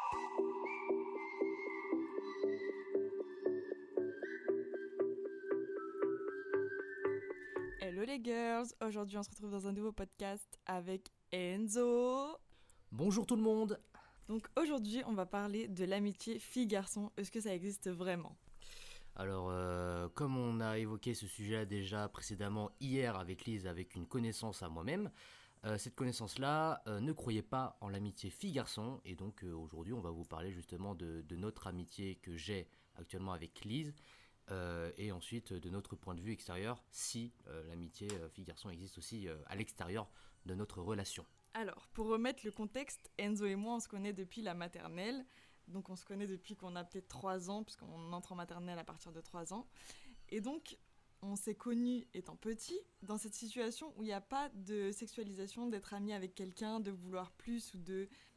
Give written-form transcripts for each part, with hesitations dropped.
Hello les girls, aujourd'hui on se retrouve dans un nouveau podcast avec Enzo. Bonjour tout le monde. Donc aujourd'hui on va parler de l'amitié fille-garçon, est-ce que ça existe vraiment ? Alors, comme on a évoqué ce sujet-là déjà précédemment hier avec Lise, avec une connaissance à moi-même, cette connaissance-là ne croyait pas en l'amitié fille-garçon, et donc aujourd'hui on va vous parler justement de notre amitié que j'ai actuellement avec Lise, et ensuite de notre point de vue extérieur, si l'amitié fille-garçon existe aussi à l'extérieur de notre relation. Alors, pour remettre le contexte, Enzo et moi on se connaît depuis la maternelle. Donc on se connaît depuis qu'on a peut-être 3 ans, puisqu'on entre en maternelle à partir de 3 ans. Et donc on s'est connus étant petits, dans cette situation où il n'y a pas de sexualisation, d'être ami avec quelqu'un, de vouloir plus ou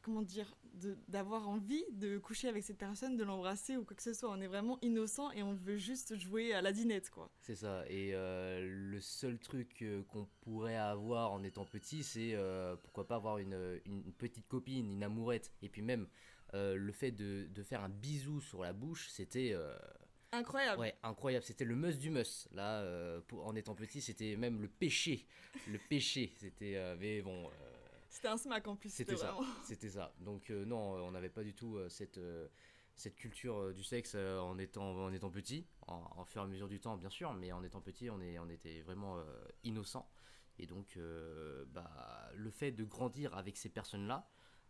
d'avoir envie de coucher avec cette personne, de l'embrasser ou quoi que ce soit. On est vraiment innocent et on veut juste jouer à la dinette, quoi. C'est ça, et le seul truc qu'on pourrait avoir en étant petit, c'est pourquoi pas avoir une petite copine, une amourette, et puis même le fait de faire un bisou sur la bouche, c'était... Incroyable. Ouais, incroyable, c'était le must du must. Là, en étant petit, c'était même le péché. Le péché, c'était... mais bon... C'était un smack en plus, c'était ça, vraiment... c'était ça. Donc non, on n'avait pas du tout cette culture du sexe en étant petit, en fur et à mesure du temps bien sûr, mais en étant petit on était vraiment innocent, et donc le fait de grandir avec ces personnes-là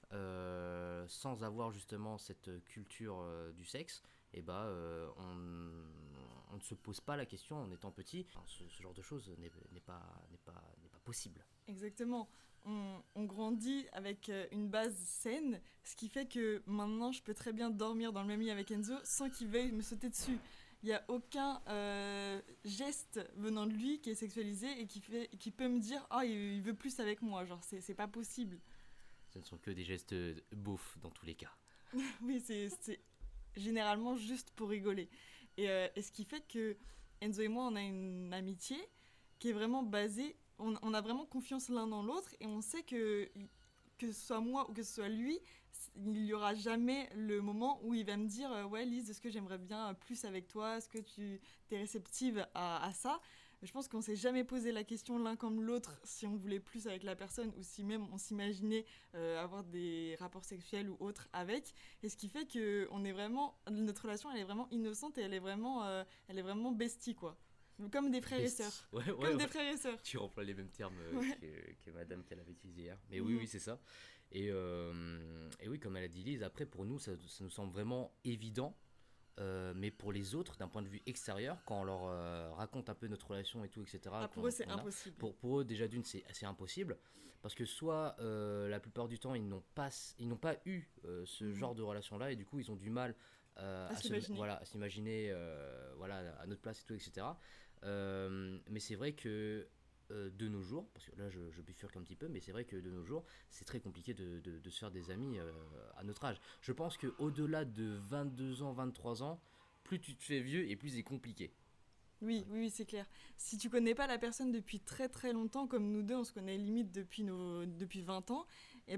sans avoir justement cette culture du sexe, et on ne se pose pas la question en étant petit. Enfin, ce genre de choses n'est pas possible. Exactement. On grandit avec une base saine, ce qui fait que maintenant je peux très bien dormir dans le même lit avec Enzo sans qu'il veuille me sauter dessus. Il n'y a aucun geste venant de lui qui est sexualisé et qui peut me dire « Oh, il veut plus avec moi », genre c'est pas possible. Ce ne sont que des gestes beaufs dans tous les cas. Oui, c'est généralement juste pour rigoler. Et ce qui fait que Enzo et moi, on a une amitié qui est vraiment basée... On a vraiment confiance l'un dans l'autre et on sait que ce soit moi ou que ce soit lui, il n'y aura jamais le moment où il va me dire « Ouais, Lise, est-ce que j'aimerais bien plus avec toi ? Est-ce que tu es réceptive à ça ?» Je pense qu'on ne s'est jamais posé la question l'un comme l'autre si on voulait plus avec la personne ou si même on s'imaginait avoir des rapports sexuels ou autres avec. Et ce qui fait que notre relation, elle est vraiment innocente et elle est vraiment bestie, quoi. Comme des frères et sœurs. Ouais. Des frères et sœurs. Tu emploies les mêmes termes que madame qu'elle avait utilisé hier. Mais oui, c'est ça. Et oui, comme elle a dit Lise, après pour nous, ça nous semble vraiment évident. Mais pour les autres, d'un point de vue extérieur, quand on leur raconte un peu notre relation et tout, etc. Pour eux, c'est impossible. Pour eux, déjà d'une, c'est assez impossible. Parce que soit, la plupart du temps, ils n'ont pas eu ce genre de relation-là, et du coup, ils ont du mal à s'imaginer à notre place et tout, etc. Mais c'est vrai que de nos jours, parce que là je bifurque un petit peu, mais c'est vrai que de nos jours c'est très compliqué de se faire des amis à notre âge. Je pense qu'au-delà de 22 ans, 23 ans, plus tu te fais vieux et plus c'est compliqué. Oui, c'est clair. Si tu connais pas la personne depuis très très longtemps, comme nous deux, on se connaît limite depuis 20 ans,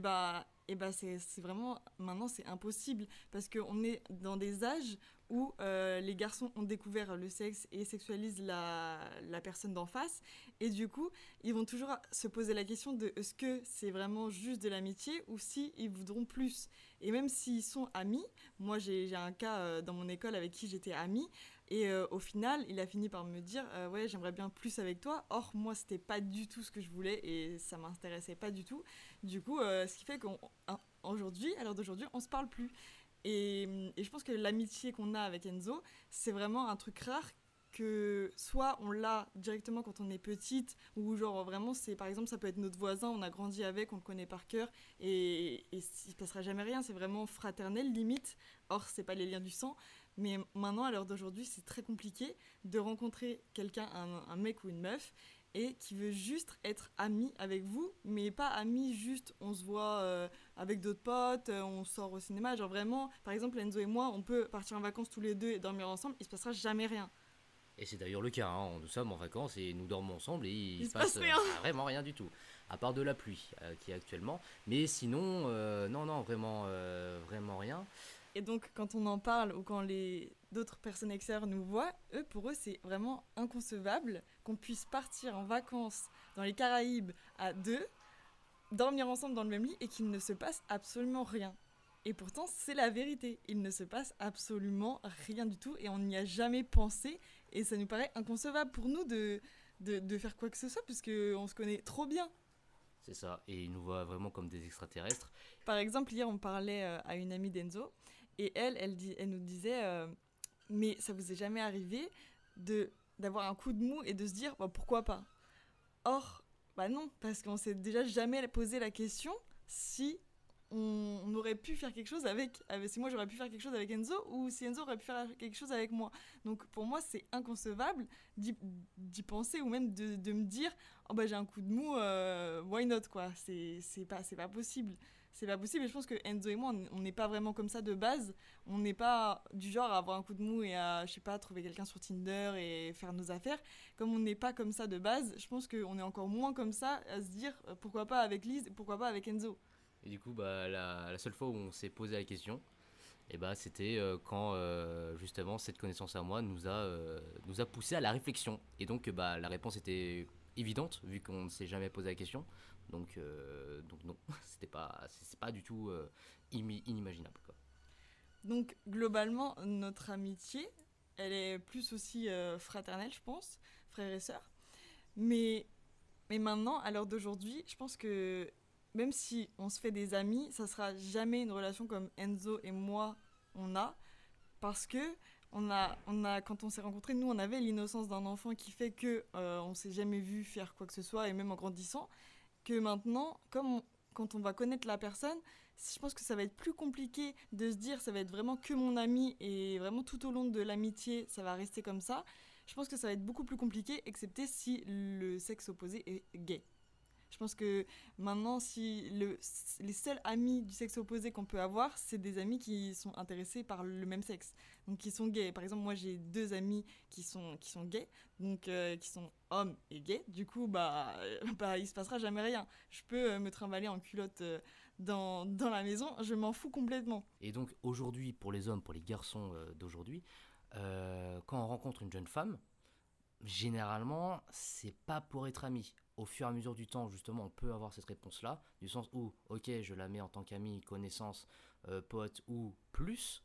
c'est vraiment, maintenant c'est impossible, parce qu'on est dans des âges où les garçons ont découvert le sexe et sexualisent la personne d'en face, et du coup, ils vont toujours se poser la question de est-ce que c'est vraiment juste de l'amitié ou si ils voudront plus. Et même s'ils sont amis, moi j'ai un cas dans mon école avec qui j'étais amie, et au final, il a fini par me dire ouais, j'aimerais bien plus avec toi. Or, moi, c'était pas du tout ce que je voulais et ça m'intéressait pas du tout. Du coup, ce qui fait qu'aujourd'hui, à l'heure d'aujourd'hui, on se parle plus. Et je pense que l'amitié qu'on a avec Enzo, c'est vraiment un truc rare, que soit on l'a directement quand on est petite, ou genre vraiment c'est, par exemple, ça peut être notre voisin, on a grandi avec, on le connaît par cœur, et il se passera jamais rien, c'est vraiment fraternel limite. Or c'est pas les liens du sang, mais maintenant à l'heure d'aujourd'hui c'est très compliqué de rencontrer quelqu'un, un mec ou une meuf, et qui veut juste être ami avec vous, mais pas ami juste on se voit avec d'autres potes, on sort au cinéma, genre vraiment, par exemple Enzo et moi, on peut partir en vacances tous les deux et dormir ensemble, il se passera jamais rien. Et c'est d'ailleurs le cas, hein. Nous sommes en vacances et nous dormons ensemble et il se passe rien. Vraiment rien du tout. à part de la pluie qui est actuellement. Mais sinon, non, non, vraiment, vraiment rien. Et donc, quand on en parle ou quand les d'autres personnes extérieures nous voient, pour eux, c'est vraiment inconcevable qu'on puisse partir en vacances dans les Caraïbes à deux, dormir ensemble dans le même lit et qu'il ne se passe absolument rien. Et pourtant, c'est la vérité. Il ne se passe absolument rien du tout et on n'y a jamais pensé. Et ça nous paraît inconcevable pour nous de faire quoi que ce soit puisqu'on se connaît trop bien. C'est ça, et ils nous voient vraiment comme des extraterrestres. Par exemple, hier, on parlait à une amie d'Enzo et elle nous disait mais ça vous est jamais arrivé d'avoir un coup de mou et de se dire bah, pourquoi pas. Or, bah non, parce qu'on s'est déjà jamais posé la question si on aurait pu faire quelque chose si moi j'aurais pu faire quelque chose avec Enzo ou si Enzo aurait pu faire quelque chose avec moi. Donc pour moi c'est inconcevable d'y penser ou même de me dire oh bah j'ai un coup de mou, why not quoi. C'est pas possible. C'est pas possible et je pense que Enzo et moi on n'est pas vraiment comme ça de base. On n'est pas du genre à avoir un coup de mou et à je sais pas trouver quelqu'un sur Tinder et faire nos affaires. Comme on n'est pas comme ça de base, je pense qu'on est encore moins comme ça à se dire pourquoi pas avec Lise et pourquoi pas avec Enzo. Et du coup, bah, la seule fois où on s'est posé la question, et bah, c'était quand justement cette connaissance à moi nous a poussé à la réflexion. Et donc, bah, la réponse était évidente vu qu'on ne s'est jamais posé la question. Donc non, c'est pas du tout inimaginable, quoi. Donc globalement, notre amitié, elle est plus aussi fraternelle, je pense, frères et sœurs. Mais, mais maintenant, à l'heure d'aujourd'hui, je pense que même si on se fait des amis, ça sera jamais une relation comme Enzo et moi on a, parce que quand on s'est rencontrés, nous on avait l'innocence d'un enfant qui fait que on s'est jamais vu faire quoi que ce soit et même en grandissant, que maintenant, quand on va connaître la personne, je pense que ça va être plus compliqué de se dire ça va être vraiment que mon ami et vraiment tout au long de l'amitié ça va rester comme ça. Je pense que ça va être beaucoup plus compliqué, excepté si le sexe opposé est gay. Je pense que maintenant, si les seuls amis du sexe opposé qu'on peut avoir, c'est des amis qui sont intéressés par le même sexe, donc qui sont gays. Par exemple, moi j'ai deux amis qui sont gays, donc qui sont hommes et gays. Du coup, bah il se passera jamais rien. Je peux me trimballer en culotte dans la maison, je m'en fous complètement. Et donc, aujourd'hui, pour les hommes, pour les garçons d'aujourd'hui, quand on rencontre une jeune femme, généralement, c'est pas pour être ami. Au fur et à mesure du temps, justement, on peut avoir cette réponse-là, du sens où, ok, je la mets en tant qu'ami, connaissance, pote ou plus,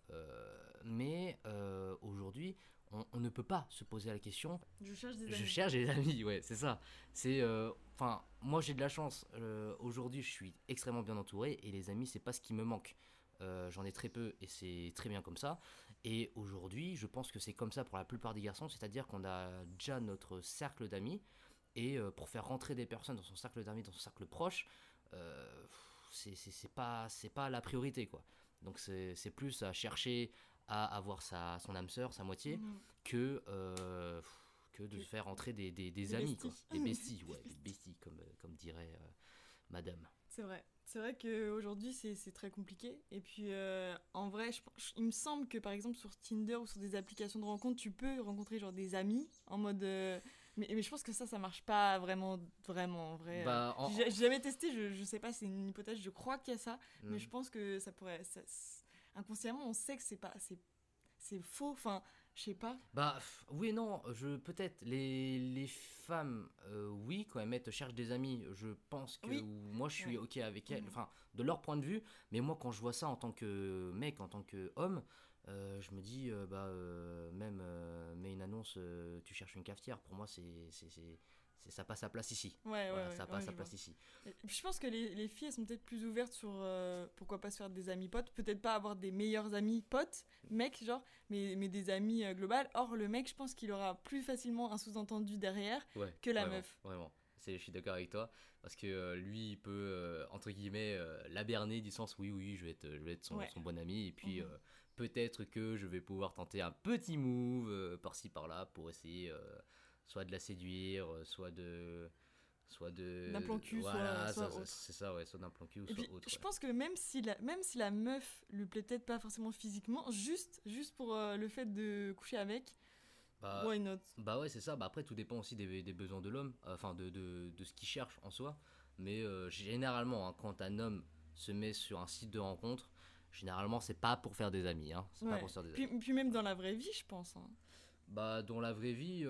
mais aujourd'hui, on ne peut pas se poser la question. Je cherche des Je amis. cherche des amis, ouais, c'est ça. C'est, enfin, moi j'ai de la chance. Aujourd'hui, je suis extrêmement bien entouré et les amis, c'est pas ce qui me manque. J'en ai très peu et c'est très bien comme ça. Et aujourd'hui, je pense que c'est comme ça pour la plupart des garçons, c'est-à-dire qu'on a déjà notre cercle d'amis et pour faire rentrer des personnes dans son cercle d'amis, dans son cercle proche, euh, c'est pas la priorité quoi. Donc c'est plus à chercher à avoir son âme sœur, sa moitié, Mhm. que que de se faire rentrer des amis quoi, besties. des besties, ouais, des besties comme dirait madame. C'est vrai. C'est vrai qu'aujourd'hui, c'est très compliqué. Et puis, en vrai, il me semble que, par exemple, sur Tinder ou sur des applications de rencontre, tu peux rencontrer genre des amis en mode... mais je pense que ça marche pas vraiment, en vrai. Bah J'ai jamais testé, je sais pas, c'est une hypothèse, je crois qu'il y a ça. Mais hmm. je pense que ça pourrait... inconsciemment, on sait que c'est faux. Enfin, je sais pas. Bah oui et non, peut-être les femmes oui quand elles cherchent des amis, je pense que Oui. moi je suis Ouais. OK avec elles, Mhm. enfin de leur point de vue, mais moi quand je vois ça en tant que mec, en tant que homme, je me dis même mets une annonce tu cherches une cafetière, pour moi ça passe sa place ici. Voilà, ça passe Ouais, sa je vois. place ici. Et puis je pense que les filles, elles sont peut-être plus ouvertes sur pourquoi pas se faire des amis potes. Peut-être pas avoir des meilleurs amis potes, mecs, genre, mais des amis global. Or, le mec, je pense qu'il aura plus facilement un sous-entendu derrière Ouais, que la vraiment, meuf. vraiment. Je suis d'accord avec toi parce que lui, il peut entre guillemets la berner du sens oui, oui, je vais être Ouais. son bon ami et puis Mhm. peut-être que je vais pouvoir tenter un petit move par-ci par-là pour essayer soit de la séduire, D'un plan cul, voilà, soit autre. c'est ça, ouais, soit d'un plan cul ou Et soit puis, autre, je ouais. pense que même si la meuf lui plaît peut-être pas forcément physiquement, juste pour le fait de coucher avec, Bah, why not? bah ouais, c'est ça. Bah après, tout dépend aussi des besoins de l'homme, enfin de ce qu'il cherche en soi. Mais généralement, hein, quand un homme se met sur un site de rencontre, généralement, c'est pas pour faire des amis. Hein. C'est pas Ouais. pour se faire des Puis, amis. puis même dans la vraie vie, je pense, hein. Bah, dans la vraie vie,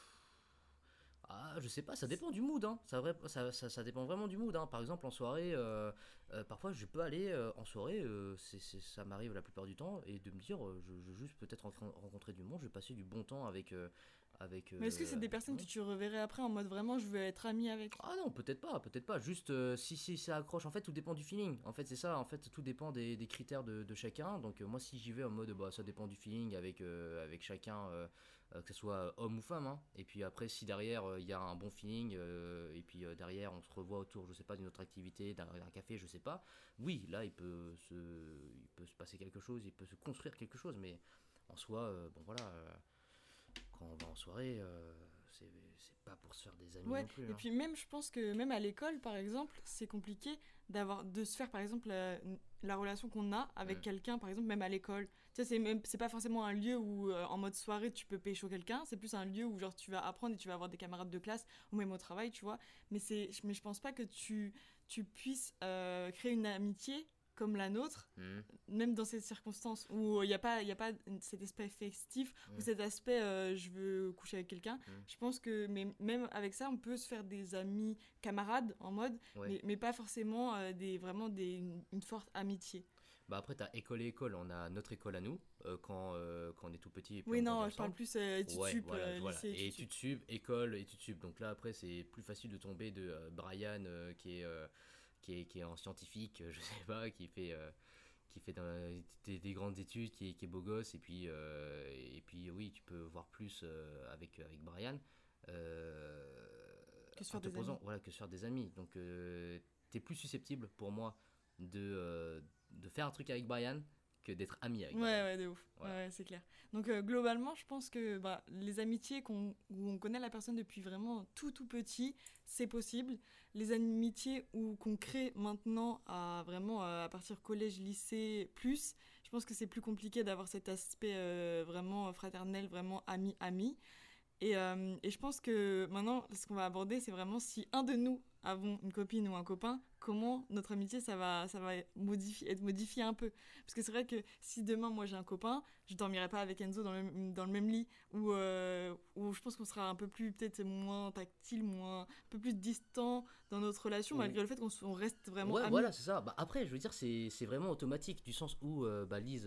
je sais pas, ça dépend du mood. Hein. Ça dépend vraiment du mood. Hein. Par exemple, en soirée, parfois je peux aller en soirée, ça m'arrive la plupart du temps, et de me dire, je veux juste peut-être rencontrer du monde, je vais passer du bon temps Mais est-ce que c'est des avec du personnes que monde. tu reverrais après en mode vraiment je veux être ami avec? Ah non, peut-être pas. Juste si ça accroche, en fait, tout dépend du feeling. En fait, c'est ça. En fait, tout dépend des critères de chacun. Donc, moi, si j'y vais en mode, bah, ça dépend du feeling avec chacun, que ce soit homme ou femme. Hein. Et puis après, si derrière il y a un bon feeling, et puis derrière on se revoit autour, je sais pas, d'une autre activité, d'un café, je sais pas. Oui, là, il peut se passer quelque chose, il peut se construire quelque chose. Mais en soi, bon voilà. Quand on va en soirée, c'est pas pour se faire des amis Ouais, non plus. et Hein. puis même, je pense que même à l'école, par exemple, c'est compliqué de se faire, par exemple, la relation qu'on a avec Mm. quelqu'un, par exemple, même à l'école. Tu sais, c'est pas forcément un lieu où, en mode soirée, tu peux pécho quelqu'un, c'est plus un lieu où, genre, tu vas apprendre et tu vas avoir des camarades de classe, ou même au travail, tu vois. Mais je pense pas que tu puisses créer une amitié comme la nôtre, Mm. même dans ces circonstances où il y a pas cet aspect festif ou Mm. cet aspect je veux coucher avec quelqu'un. Mm. Je pense que mais même avec ça, on peut se faire des amis camarades en mode, Ouais. mais pas forcément vraiment une forte amitié. Bah après, t'as école et école. On a notre école à nous, quand on est tout petit et puis Oui, on grandit non, je parle ensemble. plus études Ouais, sup, voilà, voilà. lycée, Et études sup. études sub, école, études sub. Donc là, après, c'est plus facile de tomber de Brian, qui est en scientifique, je sais pas, qui fait des grandes études, qui est beau gosse. Et puis, oui, tu peux voir plus avec Brian. Que se En faire te des posant, amis. voilà, que se faire des amis. Donc, t'es plus susceptible pour moi de faire un truc avec Brian que d'être ami avec Ouais, Brian. ouais, de ouf. Ouais, Voilà. ouais, c'est clair. Donc, globalement, je pense que bah, les amitiés où on connaît la personne depuis vraiment tout petit, c'est possible. Les amitiés qu'on crée maintenant vraiment à partir collège, lycée, plus, je pense que c'est plus compliqué d'avoir cet aspect vraiment fraternel, vraiment ami-ami. Et je pense que maintenant, ce qu'on va aborder, c'est vraiment si un de nous avons une copine ou un copain, comment notre amitié, ça va être modifié un peu. Parce que c'est vrai que si demain, moi, j'ai un copain, je dormirai pas avec Enzo dans le même lit, où je pense qu'on sera un peu plus, peut-être moins tactile, un peu plus distant dans notre relation, Ou- malgré le fait on reste vraiment Ouais, amis. voilà, c'est ça. Bah, après, je veux dire, c'est vraiment automatique, du sens où bah, Lise,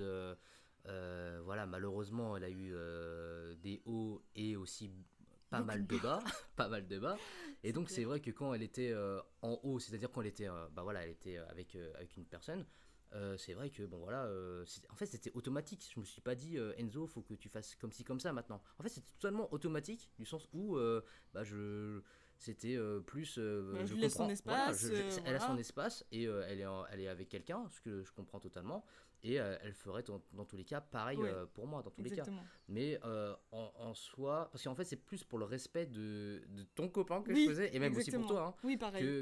voilà, malheureusement, elle a eu des hauts et aussi pas Beaucoup mal de de bas, bas, pas mal de bas. Et c'est donc, c'est clair. vrai que quand elle était en haut, c'est-à-dire quand elle était, bah voilà, elle était avec une personne, c'est vrai que, bon, voilà, en fait, c'était automatique. Je me suis pas dit, Enzo, faut que tu fasses comme ci, comme ça maintenant. En fait, c'était totalement automatique, du sens où, bah, c'était plus, Bah, je je lui laisse son comprends, voilà, espace, elle a son voilà. espace et elle est avec quelqu'un, ce que je comprends totalement, et elle ferait dans tous les cas pareil Ouais, pour moi, dans tous les cas. exactement. Mais en soi, parce qu'en fait, c'est plus pour le respect de ton copain que je Oui, faisais, et même aussi pour exactement. toi, hein, Oui, pareil.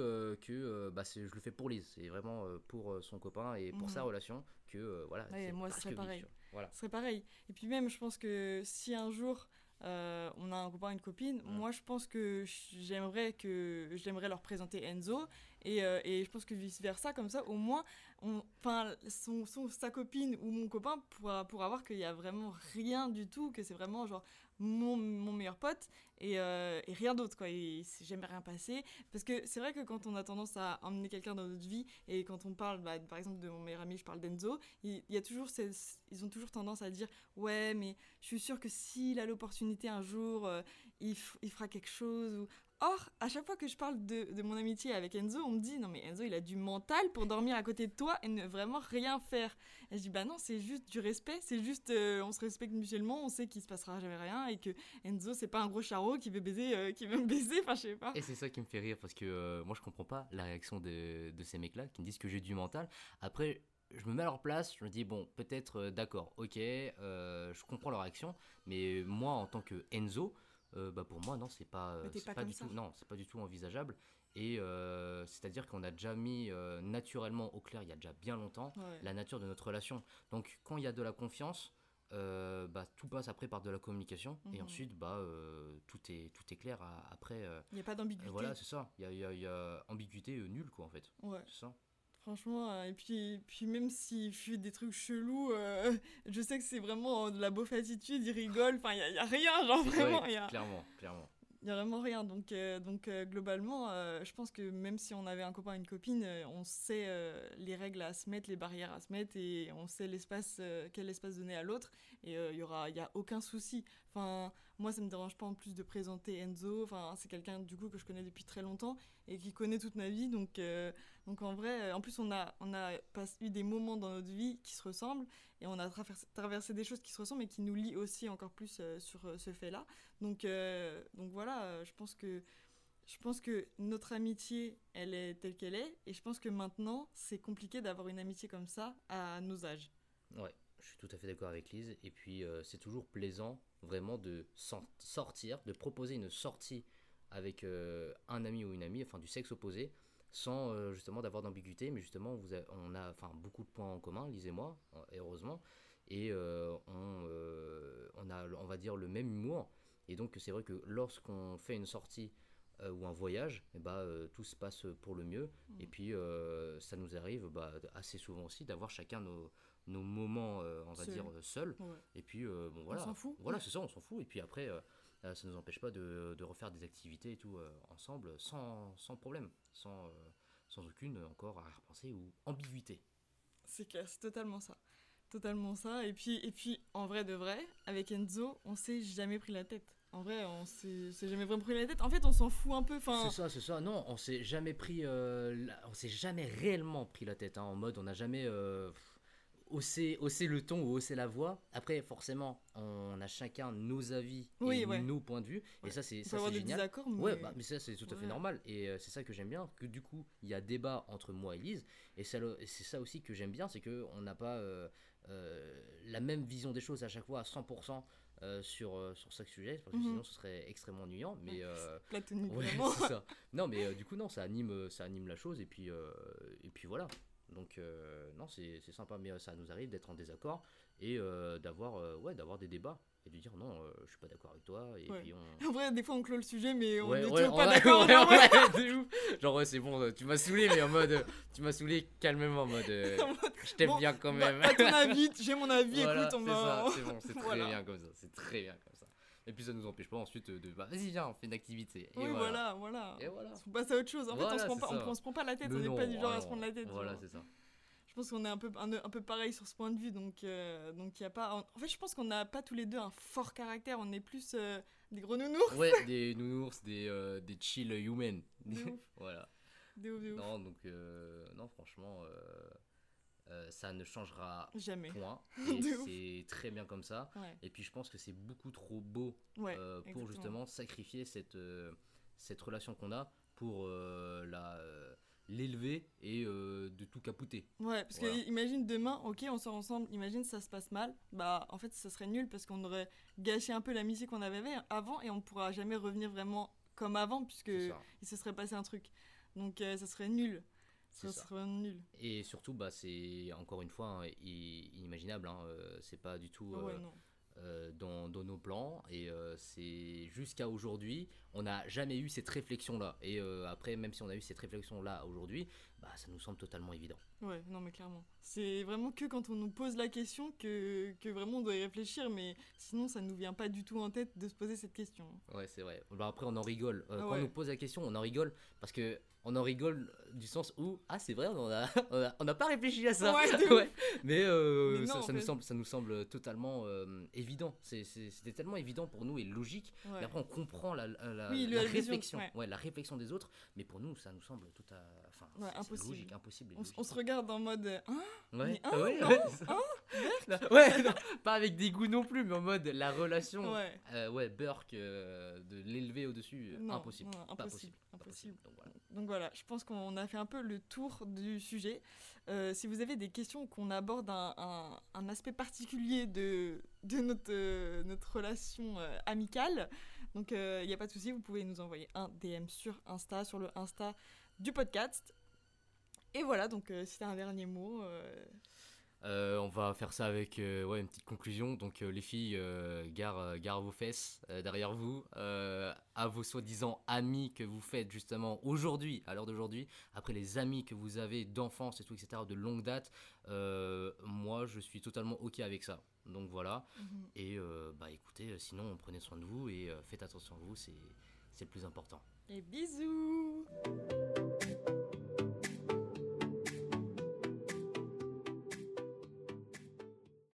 que bah, je le fais pour Lise. C'est vraiment pour son copain et pour sa Mhm. relation que, voilà, Ouais, c'est moi, ce parce serait que oui, pareil. tu vois. Voilà. Ce serait pareil. Et puis même, je pense que si un jour on a un copain, une copine, Mm. moi je pense que j'aimerais leur présenter Enzo et je pense que vice versa, comme ça, au moins, enfin, sa copine ou mon copain pourra voir qu'il y a vraiment rien du tout, que c'est vraiment genre mon meilleur pote et rien d'autre quoi. Et c'est jamais rien passé parce que c'est vrai que quand on a tendance à emmener quelqu'un dans notre vie et quand on parle, bah, par exemple de mon meilleur ami, je parle d'Enzo, il y a toujours ils ont toujours tendance à dire ouais mais je suis sûre que s'il a l'opportunité un jour, il fera quelque chose. Or, à chaque fois que je parle de mon amitié avec Enzo, on me dit non mais Enzo il a du mental pour dormir à côté de toi et ne vraiment rien faire. Et je dis bah non, c'est juste du respect, c'est juste on se respecte mutuellement, on sait qu'il se passera jamais rien et que Enzo c'est pas un gros charreau qui veut me baiser, enfin je sais pas. Et c'est ça qui me fait rire parce que moi je comprends pas la réaction de ces mecs-là qui me disent que j'ai du mental. Après, je me mets à leur place, je me dis bon, peut-être d'accord, ok, je comprends leur réaction, mais moi en tant que Enzo, bah pour moi non, Mais t'es c'est pas pas comme du ça. tout, non, c'est pas du tout envisageable. Et c'est-à-dire qu'on a déjà mis naturellement au clair il y a déjà bien longtemps Ouais. la nature de notre relation. Donc quand il y a de la confiance, bah, tout passe après par de la communication. Et Mhm. ensuite, bah, tout est clair après. Il n'y a pas d'ambiguïté. Voilà, c'est ça. Il y a ambiguïté nulle, quoi, en fait. Ouais. C'est ça. Franchement, et puis même s'il fait des trucs chelous, je sais que c'est vraiment de la beauf attitude, il rigole, enfin, il y a rien, genre vraiment, Ouais, clairement, clairement. y a vraiment rien. Donc globalement, je pense que même si on avait un copain, une copine, on sait les règles à se mettre, les barrières à se mettre, et on sait quel espace donner à l'autre, et y a aucun souci. Enfin, moi, ça me dérange pas en plus de présenter Enzo. Enfin, c'est quelqu'un du coup que je connais depuis très longtemps et qui connaît toute ma vie. Donc en vrai, en plus on a eu des moments dans notre vie qui se ressemblent et on a traversé des choses qui se ressemblent et qui nous lient aussi encore plus sur ce fait-là. Donc voilà, je pense que notre amitié, elle est telle qu'elle est, et je pense que maintenant, c'est compliqué d'avoir une amitié comme ça à nos âges. Ouais, je suis tout à fait d'accord avec Lise. Et puis, c'est toujours plaisant, vraiment, de sortir, de proposer une sortie avec un ami ou une amie, enfin du sexe opposé, sans justement d'avoir d'ambiguïté, mais justement, on a enfin, beaucoup de points en commun, Lise et moi, et heureusement, et on a, on va dire, le même humour. Et donc, c'est vrai que lorsqu'on fait une sortie ou un voyage, eh bah, tout se passe pour le mieux. Et puis, ça nous arrive bah, assez souvent aussi d'avoir chacun nos moments, on va dire, seuls. Ouais. Et puis, bon, On voilà. s'en fout. Voilà, c'est ça, on s'en fout. Et puis après, ça ne nous empêche pas de refaire des activités et tout ensemble sans problème, sans aucune encore arrière-pensée ou ambiguïté. C'est clair, c'est totalement ça. Totalement ça. Et puis, en vrai de vrai, avec Enzo, on s'est jamais pris la tête. En vrai, on s'est jamais vraiment pris la tête. En fait, on s'en fout un peu. C'est Enfin, ça, c'est ça. Non, on s'est jamais pris, on s'est jamais réellement pris la tête. Hein, en mode, on n'a jamais hausser le ton ou hausser la voix. Après, forcément, on a chacun nos avis oui, et ouais. nos points de vue. Ouais. Et ça, c'est On peut ça, avoir c'est des génial. désaccords, Ouais, mais. bah, mais ça, c'est tout à fait Ouais. normal. Et c'est ça que j'aime bien, que du coup, il y a débat entre moi et Lise. Et c'est ça aussi que j'aime bien, c'est qu'on n'a pas la même vision des choses à chaque fois à 100% sur chaque sujet, parce que Mhm. sinon, ce serait extrêmement ennuyant. Mais Platonique, ouais, vraiment. c'est ça. Non, mais du coup, non, ça anime la chose. Et puis voilà. Donc, non, c'est sympa, mais ça nous arrive d'être en désaccord et d'avoir des débats et de dire non, je suis pas d'accord avec toi. Et Ouais. puis on. En vrai, des fois, on clôt le sujet, mais on Ouais, est ouais, toujours pas ouais, d'accord. ouais, Genre, ouais. ouais, de ouf. Genre, ouais, c'est bon, tu m'as saoulé, mais en mode. Tu m'as saoulé calmement, en mode. En mode, Je t'aime bon, bien quand bah, même. t'as ton avis, j'ai mon avis, Voilà, écoute, on c'est ça, va. c'est bon, c'est très Voilà. bien comme ça. C'est très bien comme ça. Et puis ça nous empêche pas ensuite de. Bah, vas-y, viens, on fait une activité. Et Oui, voilà. voilà. Et voilà. On passe à autre chose. En fait, on Voilà, se prend c'est pas, ça. on se prend pas la tête, Mais on n'est non, pas du genre à ah se prendre la non. tête. Voilà, Genre. c'est ça. Je pense qu'on est un peu pareil sur ce point de vue, donc y a pas. En fait, je pense qu'on n'a pas tous les deux un fort caractère, on est plus des gros nounous. Ouais, des nounours, des chill human. De ouf. Voilà. De ouf, de ouf. Non, donc, non, franchement, ça ne changera Jamais. point. De Et ouf. c'est très bien comme ça. Ouais, Et puis, je pense que c'est beaucoup trop beau ouais. pour Exactement. justement sacrifier cette relation qu'on a pour l'élever et de tout capoter. Ouais, parce Voilà. que imagine demain, ok, on sort ensemble, imagine ça se passe mal, bah en fait ça serait nul parce qu'on aurait gâché un peu l'amitié qu'on avait avant et on pourra jamais revenir vraiment comme avant puisque C'est ça. il se serait passé un truc. Donc ça serait nul. C'est Ça ça. serait vraiment nul. Et surtout, bah, c'est encore une fois hein, inimaginable. Hein, c'est pas du tout Ouais, non. dans nos plans. Et c'est jusqu'à aujourd'hui, on n'a jamais eu cette réflexion-là. Et après, même si on a eu cette réflexion-là aujourd'hui, bah, ça nous semble totalement évident. Ouais, non mais clairement. C'est vraiment que quand on nous pose la question que vraiment on doit y réfléchir, mais sinon ça nous vient pas du tout en tête de se poser cette question. Ouais, c'est vrai. Bah, après, on en rigole. Ah Quand ouais. on nous pose la question, on en rigole parce que on en rigole du sens où ah c'est vrai on n'a pas réfléchi à ça. Ouais, de Ouais. Mais, Mais non, ça, en nous fait. semble ça nous semble totalement évident. C'était tellement évident pour nous et logique. Ouais. Et après on comprend Oui, la la vision, réflexion, ouais. la réflexion des autres. Mais pour nous ça nous semble tout à enfin Ouais, c'est impossible. logique, impossible. et On se regarde en mode hein. Ouais, Mais hein, ouais, non, ouais, c'est ça. Ouais, non, pas avec des goûts non plus, mais en mode la relation. Ouais. Burke, de l'élever au-dessus, Non, impossible. non, Pas impossible, possible. Pas impossible. possible. Donc voilà. Donc voilà, je pense qu'on a fait un peu le tour du sujet. Si vous avez des questions qu'on aborde un aspect particulier de notre relation amicale, donc il n'y a pas de souci, vous pouvez nous envoyer un DM sur Insta, sur le Insta du podcast. Et voilà, donc si tu as un dernier mot. On va faire ça avec ouais, une petite conclusion. Donc les filles, gare vos fesses derrière vous, à vos soi-disant amis que vous faites justement aujourd'hui, à l'heure d'aujourd'hui, après les amis que vous avez d'enfance et tout, etc., de longue date, moi je suis totalement ok avec ça. Donc voilà. Mhm. Et bah écoutez, sinon prenez soin de vous et faites attention à vous, c'est le plus important. Et bisous!